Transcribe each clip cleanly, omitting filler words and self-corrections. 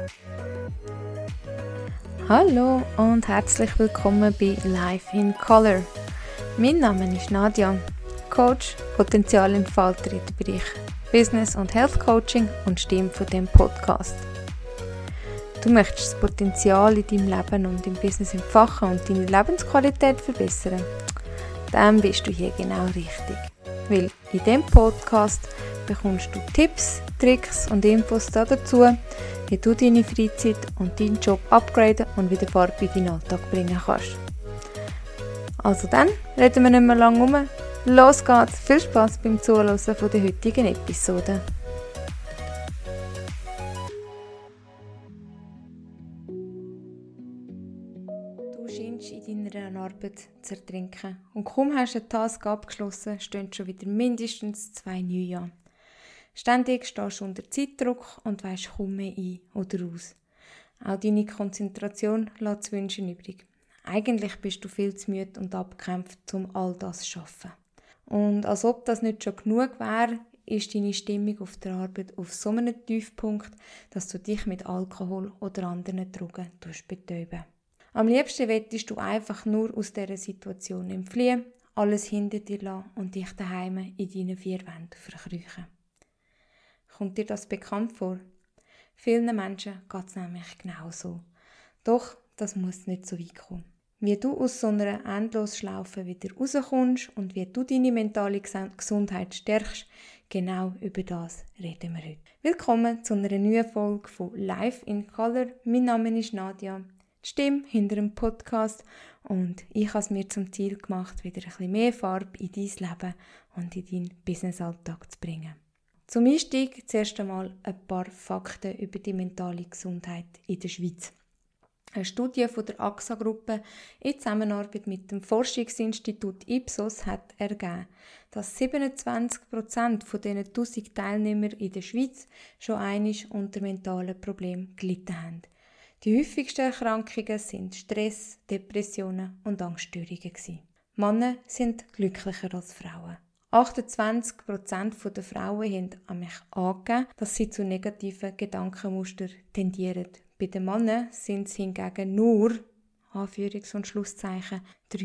Hallo und herzlich willkommen bei Life in Color. Mein Name ist Nadia, Coach, Potenzialentfalter im Bereich Business und Health Coaching und Stimme von dem Podcast. Du möchtest das Potenzial in deinem Leben und im Business entfachen und deine Lebensqualität verbessern? Dann bist du hier genau richtig. Weil in diesem Podcast bekommst du Tipps, Tricks und Infos dazu, wie du deine Freizeit und deinen Job upgraden und wieder Farbe in deinen Alltag bringen kannst. Also dann, reden wir nicht mehr lange rum. Los geht's! Viel Spass beim Zuhören von der heutigen Episode. Du scheinst in deiner Arbeit zu ertrinken und kaum hast du eine Task abgeschlossen, stehen schon wieder mindestens 2 neue an. Ständig stehst du unter Zeitdruck und weisst kaum mehr ein oder aus. Auch deine Konzentration lässt zu wünschen übrig. Eigentlich bist du viel zu müde und abgekämpft, um all das zu schaffen. Und als ob das nicht schon genug wäre, ist deine Stimmung auf der Arbeit auf so einem Tiefpunkt, dass du dich mit Alkohol oder anderen Drogen betäuben. Am liebsten möchtest du einfach nur aus dieser Situation entfliehen, alles hinter dir lassen und dich daheim in deinen 4 Wänden verkriechen. Kommt dir das bekannt vor? Vielen Menschen geht es nämlich genau so. Doch das muss nicht so weit kommen. Wie du aus so einer Endlosschlaufe wieder rauskommst und wie du deine mentale Gesundheit stärkst, genau über das reden wir heute. Willkommen zu einer neuen Folge von Life in Color. Mein Name ist Nadia, die Stimme hinter dem Podcast, und ich habe es mir zum Ziel gemacht, wieder ein bisschen mehr Farbe in dein Leben und in deinen Businessalltag zu bringen. Zum Einstieg zuerst einmal ein paar Fakten über die mentale Gesundheit in der Schweiz. Eine Studie von der AXA-Gruppe in Zusammenarbeit mit dem Forschungsinstitut Ipsos hat ergeben, dass 27% von diesen 1000 Teilnehmern in der Schweiz schon einmal unter mentalen Problemen gelitten haben. Die häufigsten Erkrankungen sind Stress, Depressionen und Angststörungen. Männer sind glücklicher als Frauen. 28% der Frauen haben mich angegeben, dass sie zu negativen Gedankenmustern tendieren. Bei den Männern sind es hingegen nur, Anführungs- und Schlusszeichen,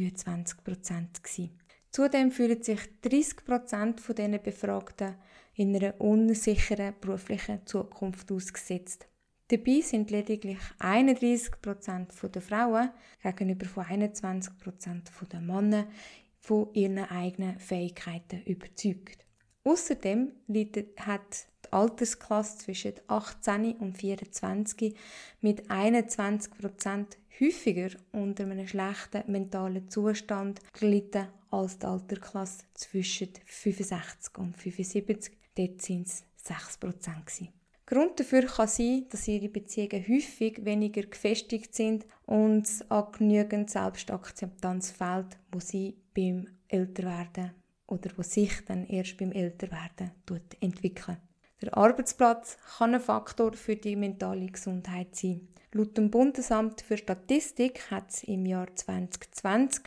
23% gewesen. Zudem fühlen sich 30% von diesen Befragten in einer unsicheren beruflichen Zukunft ausgesetzt. Dabei sind lediglich 31% der Frauen gegenüber von 21% der Männer von ihren eigenen Fähigkeiten überzeugt. Außerdem hat die Altersklasse zwischen 18 und 24 mit 21% häufiger unter einem schlechten mentalen Zustand gelitten als die Altersklasse zwischen 65 und 75. Dort sind es 6%. Grund dafür kann sein, dass ihre Beziehungen häufig weniger gefestigt sind und an genügend Selbstakzeptanz fehlt, wo sie beim Älterwerden oder wo sich dann erst beim Älterwerden entwickeln. Der Arbeitsplatz kann ein Faktor für die mentale Gesundheit sein. Laut dem Bundesamt für Statistik hat es im Jahr 2020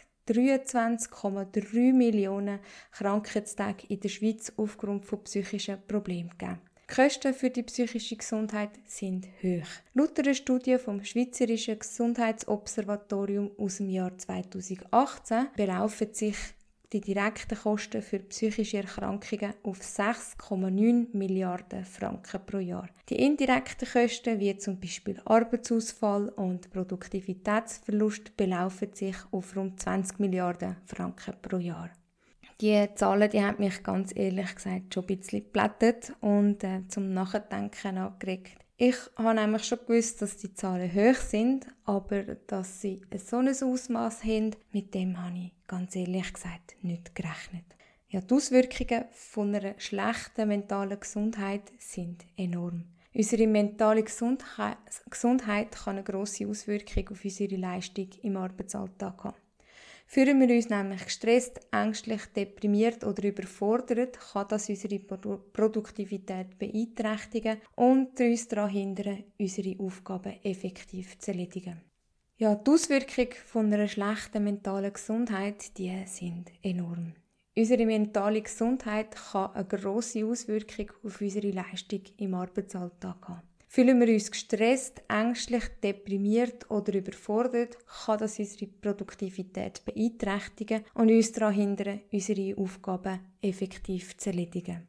23,3 Millionen Krankheitstage in der Schweiz aufgrund von psychischen Problemen gegeben. Die Kosten für die psychische Gesundheit sind hoch. Laut einer Studie vom Schweizerischen Gesundheitsobservatorium aus dem Jahr 2018 belaufen sich die direkten Kosten für psychische Erkrankungen auf 6,9 Milliarden Franken pro Jahr. Die indirekten Kosten, wie zum Beispiel Arbeitsausfall und Produktivitätsverlust, belaufen sich auf rund 20 Milliarden Franken pro Jahr. Die Zahlen, die haben mich ganz ehrlich gesagt schon ein bisschen geplättet und zum Nachdenken angeregt. Ich habe nämlich schon gewusst, dass die Zahlen hoch sind, aber dass sie so ein Ausmaß haben, mit dem habe ich ganz ehrlich gesagt nicht gerechnet. Ja, die Auswirkungen von einer schlechten mentalen Gesundheit sind enorm. Unsere mentale Gesundheit kann eine grosse Auswirkung auf unsere Leistung im Arbeitsalltag haben. Fühlen wir uns nämlich gestresst, ängstlich, deprimiert oder überfordert, kann das unsere Produktivität beeinträchtigen und uns daran hindern, unsere Aufgaben effektiv zu erledigen. Ja, die Auswirkungen von einer schlechten mentalen Gesundheit, die sind enorm. Unsere mentale Gesundheit kann eine grosse Auswirkung auf unsere Leistung im Arbeitsalltag haben. Fühlen wir uns gestresst, ängstlich, deprimiert oder überfordert, kann das unsere Produktivität beeinträchtigen und uns daran hindern, unsere Aufgaben effektiv zu erledigen.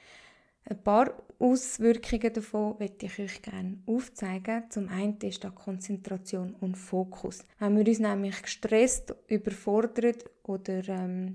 Ein paar Auswirkungen davon möchte ich euch gerne aufzeigen. Zum einen ist da Konzentration und Fokus. Wenn wir uns nämlich gestresst, überfordert oder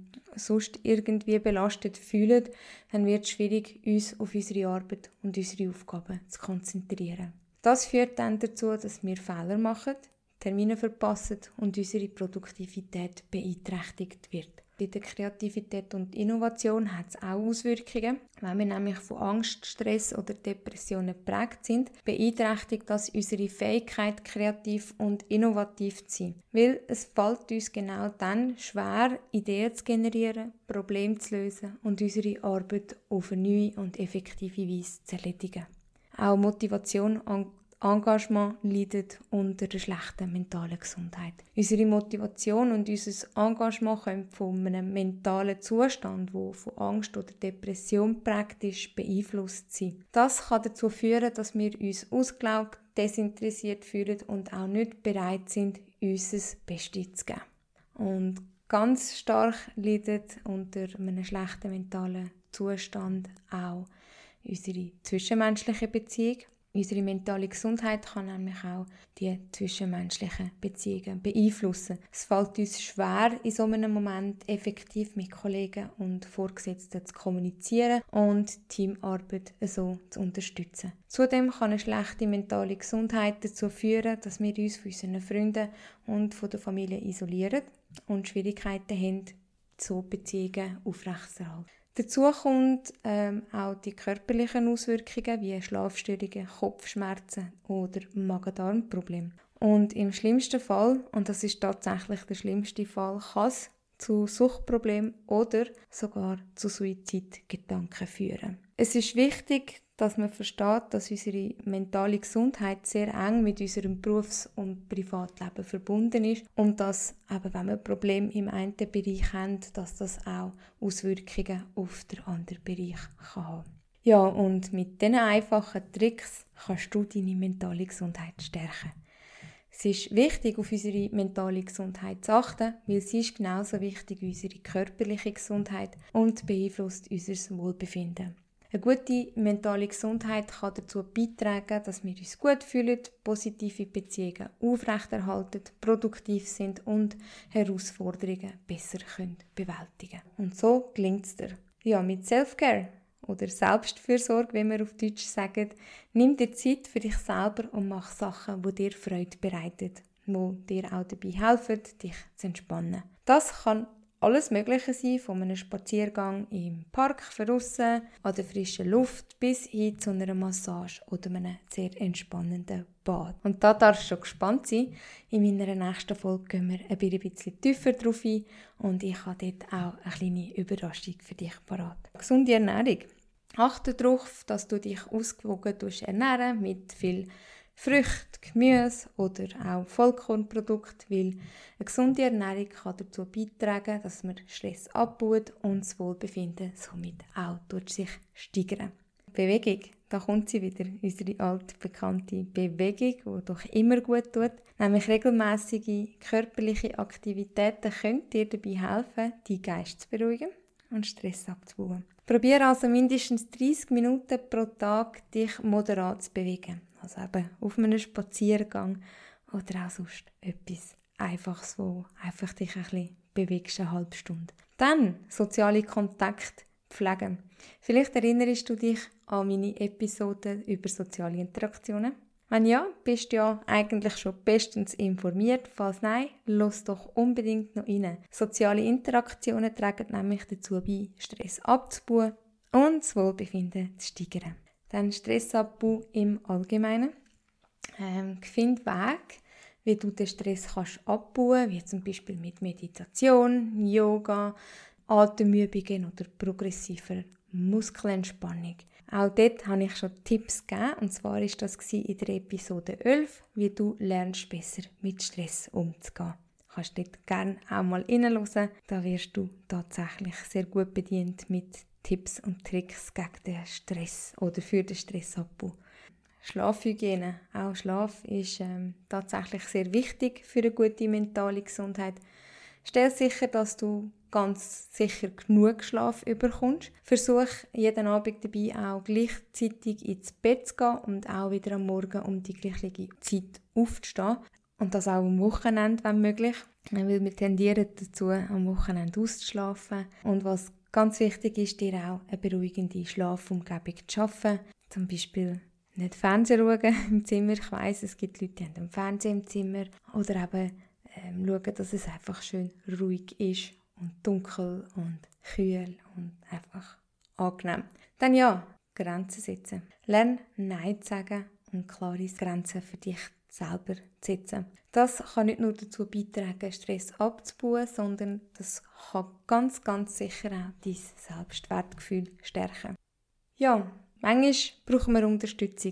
sonst irgendwie belastet fühlen, dann wird es schwierig, uns auf unsere Arbeit und unsere Aufgaben zu konzentrieren. Das führt dann dazu, dass wir Fehler machen, Termine verpassen und unsere Produktivität beeinträchtigt wird. Bei der Kreativität und Innovation hat es auch Auswirkungen. Wenn wir nämlich von Angst, Stress oder Depressionen geprägt sind, beeinträchtigt das unsere Fähigkeit, kreativ und innovativ zu sein. Weil es fällt uns genau dann schwer, Ideen zu generieren, Probleme zu lösen und unsere Arbeit auf eine neue und effektive Weise zu erledigen. Auch Motivation und Engagement leidet unter der schlechten mentalen Gesundheit. Unsere Motivation und unser Engagement können von einem mentalen Zustand, der von Angst oder Depression geprägt ist, beeinflusst sein. Das kann dazu führen, dass wir uns ausgelaugt, desinteressiert fühlen und auch nicht bereit sind, unser Bestes zu geben. Und ganz stark leidet unter einem schlechten mentalen Zustand auch unsere zwischenmenschliche Beziehung. Unsere mentale Gesundheit kann nämlich auch die zwischenmenschlichen Beziehungen beeinflussen. Es fällt uns schwer, in so einem Moment effektiv mit Kollegen und Vorgesetzten zu kommunizieren und Teamarbeit so zu unterstützen. Zudem kann eine schlechte mentale Gesundheit dazu führen, dass wir uns von unseren Freunden und von der Familie isolieren und Schwierigkeiten haben, so Beziehungen aufrechtzuerhalten. Dazu kommt auch die körperlichen Auswirkungen wie Schlafstörungen, Kopfschmerzen oder Magen-Darm-Probleme. Und im schlimmsten Fall, und das ist tatsächlich der schlimmste Fall, kann es zu Suchtproblemen oder sogar zu Suizidgedanken führen. Es ist wichtig, dass man versteht, dass unsere mentale Gesundheit sehr eng mit unserem Berufs- und Privatleben verbunden ist und dass, eben wenn wir Probleme im einen Bereich haben, dass das auch Auswirkungen auf den anderen Bereich kann haben. Ja, und mit diesen einfachen Tricks kannst du deine mentale Gesundheit stärken. Es ist wichtig, auf unsere mentale Gesundheit zu achten, weil sie ist genauso wichtig wie unsere körperliche Gesundheit und beeinflusst unser Wohlbefinden. Eine gute mentale Gesundheit kann dazu beitragen, dass wir uns gut fühlen, positive Beziehungen aufrechterhalten, produktiv sind und Herausforderungen besser bewältigen können. Und so gelingt es dir. Ja, mit Self-Care oder Selbstfürsorge, wie wir auf Deutsch sagen, nimm dir Zeit für dich selber und mach Sachen, die dir Freude bereiten, die dir auch dabei helfen, dich zu entspannen. Das kann alles Mögliche sein, von einem Spaziergang im Park draussen, an der frischen Luft bis hin zu einer Massage oder einem sehr entspannenden Bad. Und da darfst du schon gespannt sein. In meiner nächsten Folge gehen wir ein bisschen tiefer drauf ein und ich habe dort auch eine kleine Überraschung für dich parat. Gesunde Ernährung. Achte darauf, dass du dich ausgewogen ernähren mit viel Früchte, Gemüse oder auch Vollkornprodukte, weil eine gesunde Ernährung kann dazu beitragen, dass man Stress abbaut und das Wohlbefinden somit auch durch sich steigern. Bewegung, da kommt sie wieder, unsere altbekannte Bewegung, die doch immer gut tut. Nämlich regelmäßige körperliche Aktivitäten können dir dabei helfen, deinen Geist zu beruhigen und Stress abzubauen. Probiere also mindestens 30 Minuten pro Tag dich moderat zu bewegen. Also eben auf einem Spaziergang oder auch sonst etwas Einfaches, wo einfach dich ein bisschen bewegst, eine halbe Stunde. Dann soziale Kontakte pflegen. Vielleicht erinnerst du dich an meine Episoden über soziale Interaktionen. Wenn ja, bist du ja eigentlich schon bestens informiert. Falls nein, lass doch unbedingt noch rein. Soziale Interaktionen tragen nämlich dazu bei, Stress abzubauen und das Wohlbefinden zu steigern. Dann Stressabbau im Allgemeinen. Find Weg, wie du den Stress kannst abbauen, wie zum Beispiel mit Meditation, Yoga, Atemübungen oder progressiver Muskelentspannung. Auch dort habe ich schon Tipps gegeben, und zwar war das in der Episode 11, wie du lernst, besser mit Stress umzugehen. Du kannst dort gerne auch mal reinhören, da wirst du tatsächlich sehr gut bedient mit Tipps und Tricks gegen den Stress oder für den Stressabbau. Schlafhygiene. Auch Schlaf ist tatsächlich sehr wichtig für eine gute mentale Gesundheit. Stell sicher, dass du ganz sicher genug Schlaf bekommst. Versuch jeden Abend dabei auch gleichzeitig ins Bett zu gehen und auch wieder am Morgen um die gleiche Zeit aufzustehen. Und das auch am Wochenende, wenn möglich. Weil wir tendieren dazu, am Wochenende auszuschlafen. Und was ganz wichtig ist, dir auch eine beruhigende Schlafumgebung zu schaffen. Zum Beispiel nicht Fernsehen schauen im Zimmer. Ich weiss, es gibt Leute, die haben einen Fernseher im Zimmer. Oder eben schauen, dass es einfach schön ruhig ist und dunkel und kühl und einfach angenehm. Dann ja, Grenzen setzen. Lern Nein zu sagen und klare Grenzen für dich selber zu setzen. Das kann nicht nur dazu beitragen, Stress abzubauen, sondern das kann ganz, ganz sicher auch dein Selbstwertgefühl stärken. Ja, manchmal brauchen wir Unterstützung.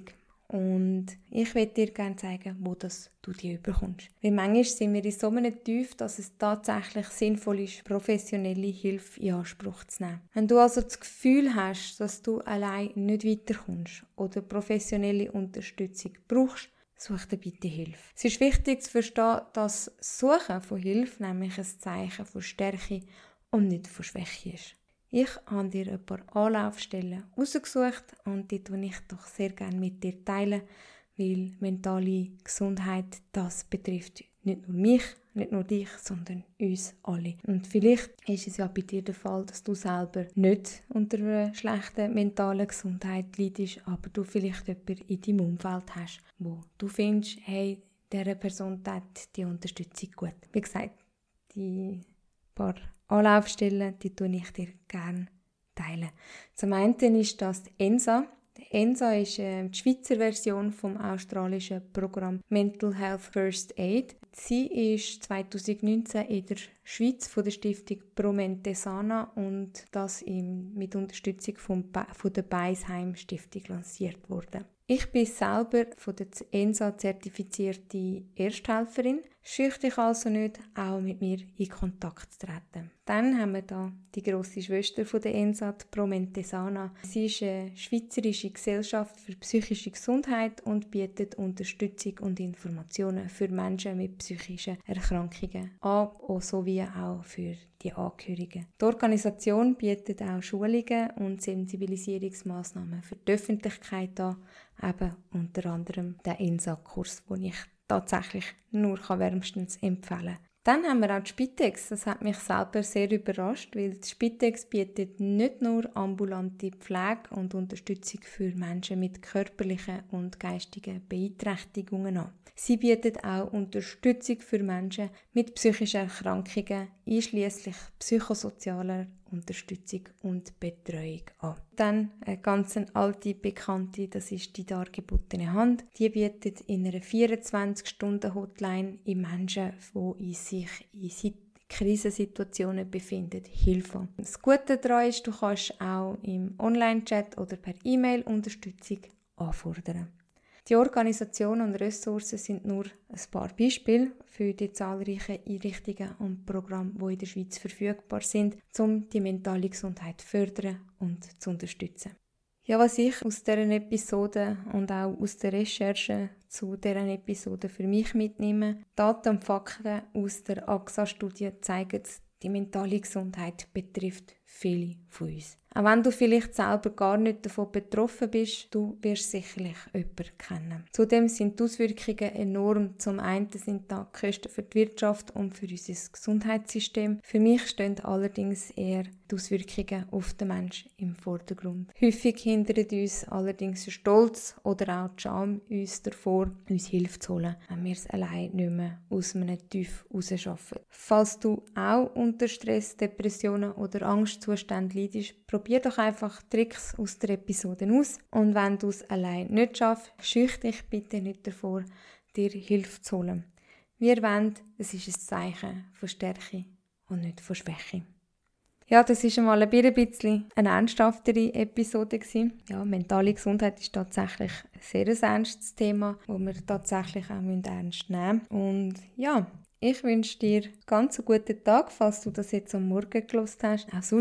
Und ich möchte dir gerne zeigen, wo du die bekommst. Weil manchmal sind wir in so einem Tief, dass es tatsächlich sinnvoll ist, professionelle Hilfe in Anspruch zu nehmen. Wenn du also das Gefühl hast, dass du allein nicht weiterkommst oder professionelle Unterstützung brauchst, such dir bitte Hilfe. Es ist wichtig zu verstehen, dass Suchen von Hilfe nämlich ein Zeichen von Stärke und nicht von Schwäche ist. Ich habe dir ein paar Anlaufstellen herausgesucht und die teile ich doch sehr gerne mit dir teilen, weil mentale Gesundheit, das betrifft nicht nur mich, nicht nur dich, sondern uns alle. Und vielleicht ist es ja bei dir der Fall, dass du selber nicht unter einer schlechten mentalen Gesundheit leidest, aber du vielleicht jemanden in deinem Umfeld hast, wo du findest, hey, dieser Person tut die Unterstützung gut. Wie gesagt, die paar Anlaufstellen, die tue ich dir gerne teilen. Zum einen ist das die ENSA. Die ENSA ist die Schweizer Version vom australischen Programm Mental Health First Aid. Sie ist 2019 in der Schweiz von der Stiftung Promente Sana und das mit Unterstützung von der Beisheim Stiftung lanciert worden. Ich bin selber von der ENSA zertifizierte Ersthelferin. Schüch dich also nicht, auch mit mir in Kontakt zu treten. Dann haben wir da die grosse Schwester von der ENSA, die Promente Sana. Sie ist eine schweizerische Gesellschaft für psychische Gesundheit und bietet Unterstützung und Informationen für Menschen mit psychischen Erkrankungen an, sowie auch für die Angehörigen. Die Organisation bietet auch Schulungen und Sensibilisierungsmaßnahmen für die Öffentlichkeit an, eben unter anderem den ENSA-Kurs, den ich tatsächlich nur wärmstens empfehlen kann. Dann haben wir auch die Spitex. Das hat mich selber sehr überrascht, weil die Spitex bietet nicht nur ambulante Pflege und Unterstützung für Menschen mit körperlichen und geistigen Beeinträchtigungen an. Sie bietet auch Unterstützung für Menschen mit psychischen Erkrankungen, einschließlich psychosozialer Unterstützung und Betreuung an. Dann eine ganz alte Bekannte, das ist die dargebotene Hand. Die bietet in einer 24-Stunden-Hotline in Menschen, die sich in Krisensituationen befinden, Hilfe. Das Gute daran ist, du kannst auch im Online-Chat oder per E-Mail Unterstützung anfordern. Die Organisation und Ressourcen sind nur ein paar Beispiele für die zahlreichen Einrichtungen und Programme, die in der Schweiz verfügbar sind, um die mentale Gesundheit zu fördern und zu unterstützen. Ja, was ich aus dieser Episode und auch aus der Recherche zu dieser Episode für mich mitnehme, Daten und Fakten aus der AXA-Studie zeigen, die mentale Gesundheit betrifft viele von uns. Auch wenn du vielleicht selber gar nicht davon betroffen bist, du wirst sicherlich jemanden kennen. Zudem sind die Auswirkungen enorm. Zum einen sind da die Kosten für die Wirtschaft und für unser Gesundheitssystem. Für mich stehen allerdings eher die Auswirkungen auf den Menschen im Vordergrund. Häufig hindert uns allerdings der Stolz oder auch die Scham uns davor, uns Hilfe zu holen, wenn wir es allein nicht mehr aus einem Tief rausschaffen. Falls du auch unter Stress, Depressionen oder Angstzuständen leidest, probier doch einfach Tricks aus der Episode aus. Und wenn du es allein nicht schaffst, schüch dich bitte nicht davor, dir Hilfe zu holen. Wie erwähnt, es ist ein Zeichen von Stärke und nicht von Schwäche. Ja, das war einmal ein bisschen eine ernsthaftere Episode gewesen. Ja, mentale Gesundheit ist tatsächlich ein sehr ernstes Thema, das wir tatsächlich auch ernst nehmen müssen. Und ja, ich wünsche dir ganz einen guten Tag, falls du das jetzt am Morgen gehört hast. Auch sonst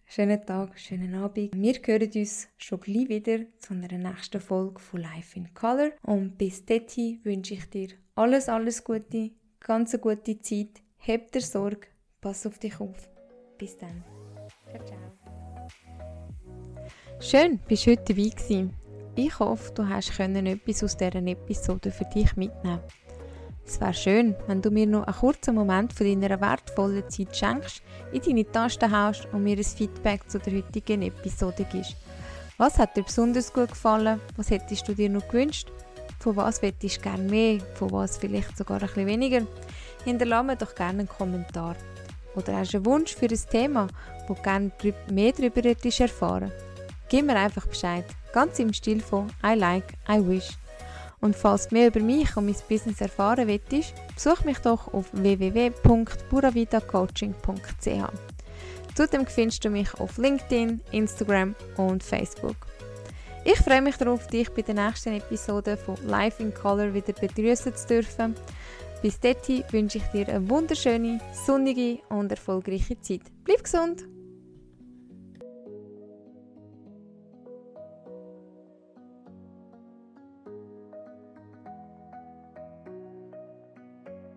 schönen Tag, schönen Abend. Wir hören uns schon gleich wieder zu einer nächsten Folge von Life in Color. Und bis dahin wünsche ich dir alles Gute, ganz eine gute Zeit. Hab dir Sorge, pass auf dich auf. Bis dann. Ciao, ciao. Schön, bist du heute dabei gewesen. Ich hoffe, du hast etwas aus dieser Episode für dich mitnehmen. Es wäre schön, wenn du mir noch einen kurzen Moment von deiner wertvollen Zeit schenkst, in deine Tasten haust und mir ein Feedback zu der heutigen Episode gibst. Was hat dir besonders gut gefallen? Was hättest du dir noch gewünscht? Von was hättest du gerne mehr? Von was vielleicht sogar ein bisschen weniger? Hinterlasse mir doch gerne einen Kommentar. Oder hast du einen Wunsch für ein Thema, wo du gerne mehr darüber erfahren? Gib mir einfach Bescheid, ganz im Stil von I like, I wish. Und falls du mehr über mich und mein Business erfahren willst, besuch mich doch auf www.puravidacoaching.ch. Zudem findest du mich auf LinkedIn, Instagram und Facebook. Ich freue mich darauf, dich bei der nächsten Episode von Life in Color wieder begrüßen zu dürfen. Bis dahin wünsche ich dir eine wunderschöne, sonnige und erfolgreiche Zeit. Bleib gesund!